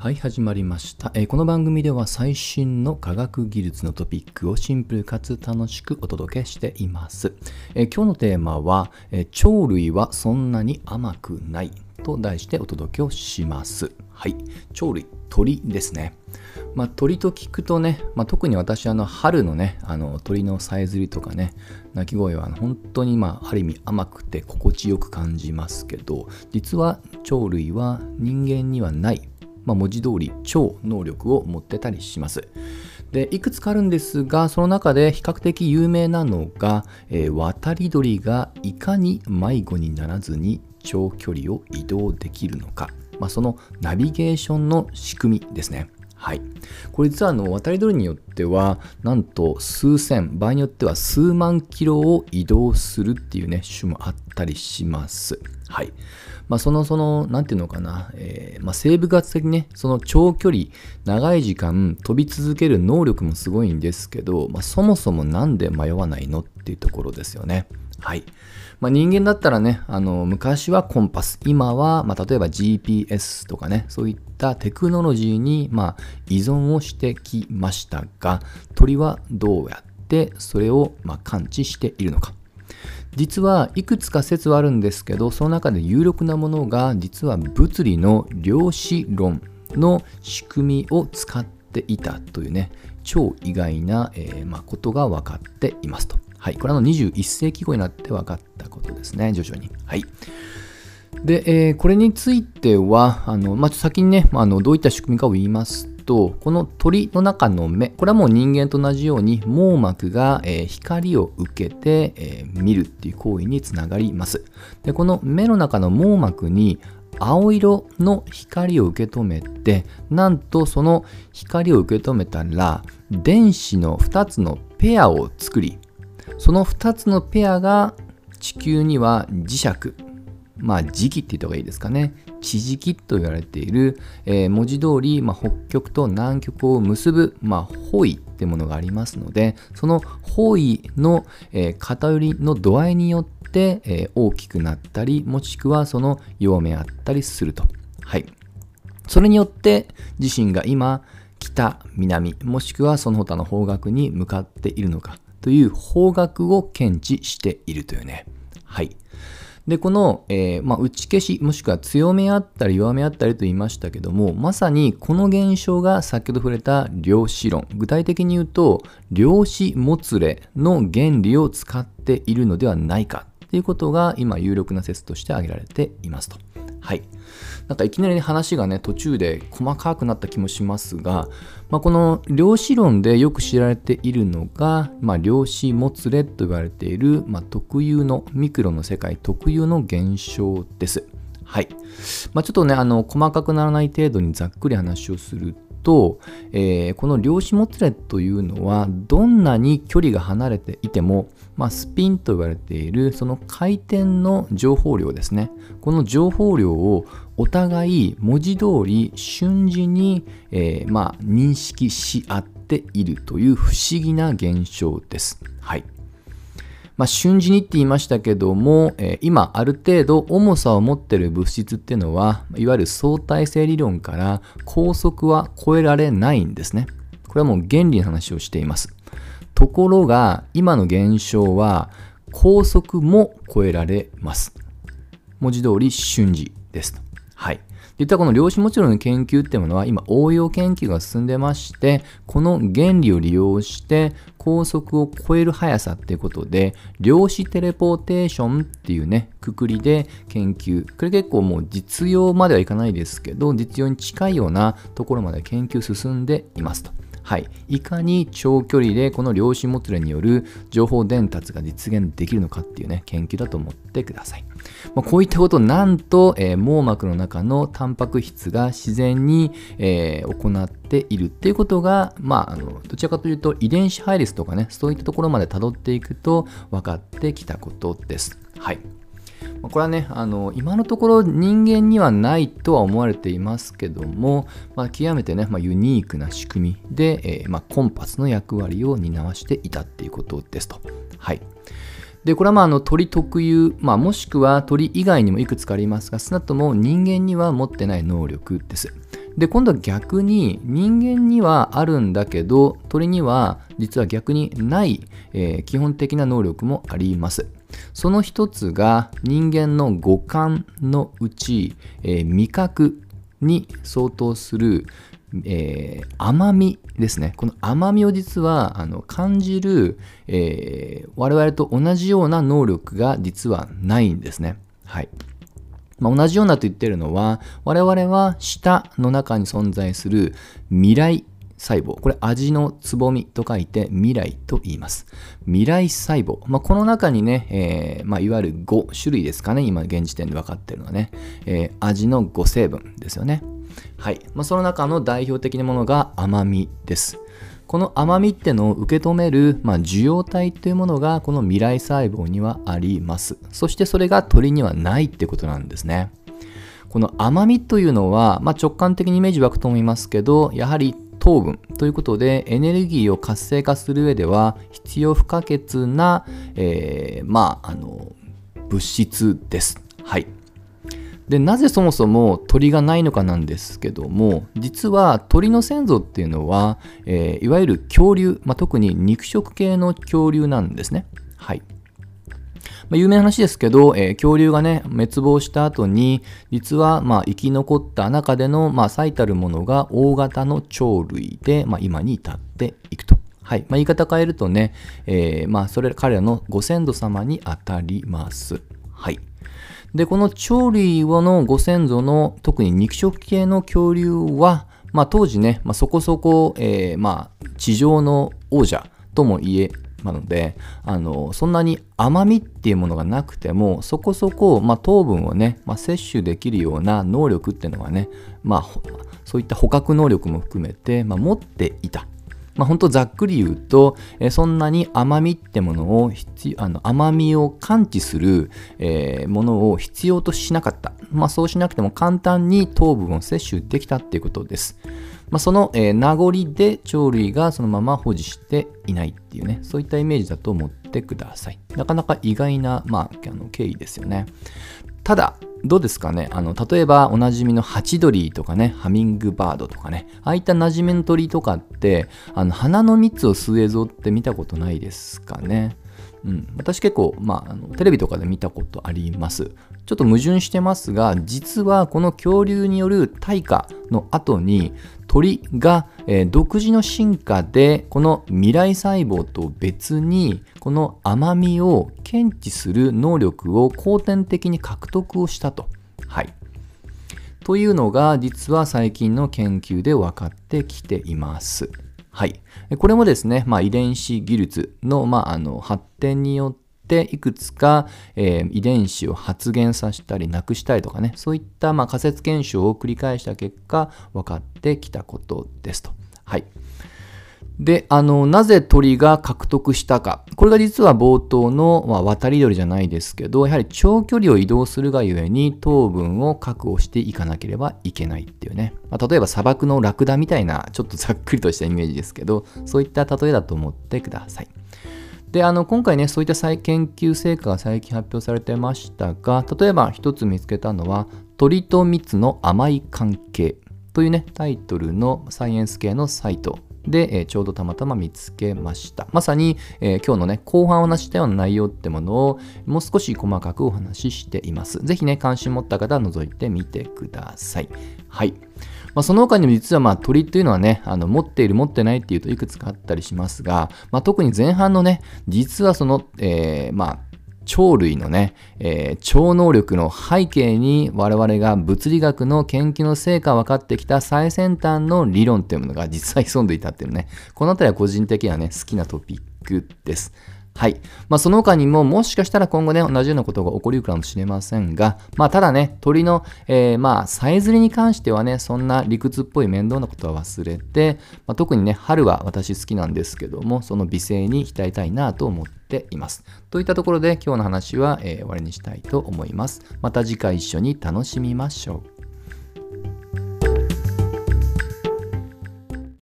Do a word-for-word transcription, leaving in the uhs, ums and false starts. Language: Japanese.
はい、始まりました、えーこの番組では最新の科学技術のトピックをシンプルかつ楽しくお届けしています。えー今日のテーマは、えー鳥類はそんなに甘くないと題してお届けをします。はい、鳥類、鳥ですね。まあ、鳥と聞くとね、まあ、特に私あの春のねあの鳥のさえずりとかね鳴き声は本当にまあある意味甘くて心地よく感じますけど、実は鳥類は人間にはないまあ、文字通り超能力を持ってたりします。でいくつかあるんですが、その中で比較的有名なのが、えー渡り鳥がいかに迷子にならずに長距離を移動できるのか、まあ、そのナビゲーションの仕組みですね。はい、これ実はあの渡り鳥によってはなんと数千、場合によっては数万キロを移動するっていうね種もあったりします。はい、まあ、そのそのなんていうのかな、えーまあ、生物学的にねその長距離長い時間飛び続ける能力もすごいんですけど、まあ、そもそもなんで迷わないのっていうところですよね。はい、まあ、人間だったらねあの昔はコンパス、今は、まあ、例えば ジーピーエス とかねそういったテクノロジーに、まあ、依存をしてきましたが、鳥はどうやってそれを、まあ、感知しているのか。実はいくつか説はあるんですけど、その中で有力なものが実は物理の量子論の仕組みを使っていたというね超意外な、えーまあ、ことが分かっていますと。はい、これはのにじゅういっ世紀頃になって分かったことですね、徐々に。はい。で、えーこれについては、あの、まあ、先にね、あの、どういった仕組みかを言いますと、この鳥の中の目、これはもう人間と同じように網膜が、えー光を受けて、えー見るっていう行為につながります。で、この目の中の網膜に青色の光を受け止めて、なんとその光を受け止めたら、電子のふたつのペアを作り、そのふたつのペアが地球には磁石、まあ磁気って言った方がいいですかね。地磁気と言われている、えー文字通り、まあ、北極と南極を結ぶ、まあ、方位ってものがありますので、その方位の、えー偏りの度合いによって、えー大きくなったり、もしくはその弱めあったりすると。はい。それによって自身が今、北、南、もしくはその他の方角に向かっているのかという方角を検知しているというね。はい。で、この、えーまあ、打ち消し、もしくは強めあったり弱めあったりと言いましたけども、まさにこの現象が先ほど触れた量子論。具体的に言うと、量子もつれの原理を使っているのではないかということが今有力な説として挙げられていますと。はい。なんかいきなり話がね途中で細かくなった気もしますが、まあ、この量子論でよく知られているのが、まあ、量子もつれと言われている、まあ、特有のミクロの世界特有の現象です。はい。まあ、ちょっとねあの細かくならない程度にざっくり話をすると、えーこの量子もつれというのはどんなに距離が離れていても、まあ、スピンと言われているその回転の情報量ですね。この情報量をお互い文字通り瞬時に、えーまあ、認識し合っているという不思議な現象です。はい。まあ、瞬時にって言いましたけども、えー今ある程度重さを持っている物質っていうのはいわゆる相対性理論から光速は超えられないんですね。これはもう原理の話をしています。ところが今の現象は光速も超えられます。文字通り瞬時ですと。はい。実はこの量子もちろんの研究っていうものは今応用研究が進んでまして、この原理を利用して光速を超える速さっていうことで量子テレポーテーションっていうねくくりで研究、これ結構もう実用まではいかないですけど実用に近いようなところまで研究進んでいますと。はい、いかに長距離でこの量子もつれによる情報伝達が実現できるのかっていうね研究だと思ってください。まあ、こういったことをなんと、えー網膜の中のタンパク質が自然に、えー行っているっていうことが、まあ、あのどちらかというと遺伝子配列とかねそういったところまで辿っていくと分かってきたことです。はい。これはねあの今のところ人間にはないとは思われていますけども、まあ、極めてね、まあ、ユニークな仕組みで、えーまあ、コンパスの役割を担わしていたっていうことですと。はい。でこれはまああの鳥特有、まあ、もしくは鳥以外にもいくつかありますが、少なくとも人間には持ってない能力です。 で、今度は逆に人間にはあるんだけど、鳥には実は逆にない、えー、基本的な能力もあります。その一つが人間の五感のうち、えー、味覚に相当する、えー、甘みですね。この甘みを実はあの感じる、えー、我々と同じような能力が実はないんですね。はい。まあ、同じようなと言っているのは、我々は舌の中に存在する味来細胞。これ味のつぼみと書いて味来と言います。味来細胞。まあ、この中にね、えーまあ、いわゆるご種類ですかね。今現時点で分かっているのはね、えー、味のご成分ですよね。はい。まあ、その中の代表的なものが甘みです。この甘みってのを受け止める、まあ、受容体というものがこの味来細胞にはあります。そしてそれが鳥にはないってことなんですね。この甘みというのは、まあ、直感的にイメージ湧くと思いますけど、やはり糖分ということでエネルギーを活性化する上では必要不可欠な、えー、まあ、あの物質です。はい。で、なぜそもそも鳥がないのかなんですけども、実は鳥の先祖っていうのは、えー、いわゆる恐竜、まあ、特に肉食系の恐竜なんですね。はい。まあ、有名な話ですけど、えー、恐竜がね、滅亡した後に、実はまあ生き残った中での、まあ、最たるものが大型の鳥類で、まあ、今に至っていくと。はい。まあ、言い方変えるとね、えー、まあ、それ、彼らのご先祖様にあたります。はい。で、この鳥類のご先祖の特に肉食系の恐竜は、まあ、当時ね、まあ、そこそこ、えー、まあ、地上の王者とも言えなので、あのそんなに甘みっていうものがなくても、そこそこ、まあ、糖分をね、まあ、摂取できるような能力っていうのはね、まあ、そういった捕獲能力も含めて、まあ、持っていた。まあ、本当ざっくり言うと、えー、そんなに甘みってものをあの甘みを感知する、えー、ものを必要としなかった。まあ、そうしなくても簡単に糖分を摂取できたっていうことです。まあ、その、えー、名残で鳥類がそのまま保持していないっていうね、そういったイメージだと思ってください。なかなか意外な、まあ、あの経緯ですよね。ただ、どうですかね、あの例えばおなじみのハチドリとかね、ハミングバードとかね、ああいった馴染みの鳥とかってあの花の蜜を吸う映像って見たことないですかね。うん、私結構、まあ、あのテレビとかで見たことあります。ちょっと矛盾してますが、実はこの恐竜による退化の後に鳥が、えー、独自の進化でこの味来細胞と別にこの甘みを検知する能力を後天的に獲得をしたと。はい。というのが実は最近の研究で分かってきています。はい。これもですね、まあ、遺伝子技術の、まあ、あの発展によっていくつか、えー、遺伝子を発現させたりなくしたりとかね、そういった、まあ、仮説検証を繰り返した結果分かってきたことですと。はい。で、あの、なぜ鳥が獲得したか。これが実は冒頭の、まあ、渡り鳥じゃないですけど、やはり長距離を移動するがゆえに糖分を確保していかなければいけないっていうね。まあ、例えば砂漠のラクダみたいな、ちょっとざっくりとしたイメージですけど、そういった例えだと思ってください。で、あの、今回ね、そういった再研究成果が最近発表されてましたが、例えば一つ見つけたのは、鳥と蜜の甘い関係というね、タイトルのサイエンス系のサイトで、えー、ちょうどたまたま見つけました。まさに、えー、今日のね、後半お話したような内容ってものをもう少し細かくお話ししています。ぜひね、関心持った方は覗いてみてください。はい。まあ、その他にも実はまあ鳥っていうのはね、あの持っている持ってないっていうといくつかあったりしますが、まあ、特に前半のね、実はその、えー、まあ鳥類のね、えー、超能力の背景に我々が物理学の研究の成果分かってきた最先端の理論というものが実は潜んでいたっていうね、このあたりは個人的にはね、好きなトピックです。はい。まあ、その他にも、もしかしたら今後ね、同じようなことが起こりうるかもしれませんが、まあ、ただね、鳥の、えー、まあ、さえずりに関してはね、そんな理屈っぽい面倒なことは忘れて、まあ、特にね、春は私好きなんですけども、その美声に浸りたいなと思っています。といったところで、今日の話は、えー、終わりにしたいと思います。また次回一緒に楽しみましょう。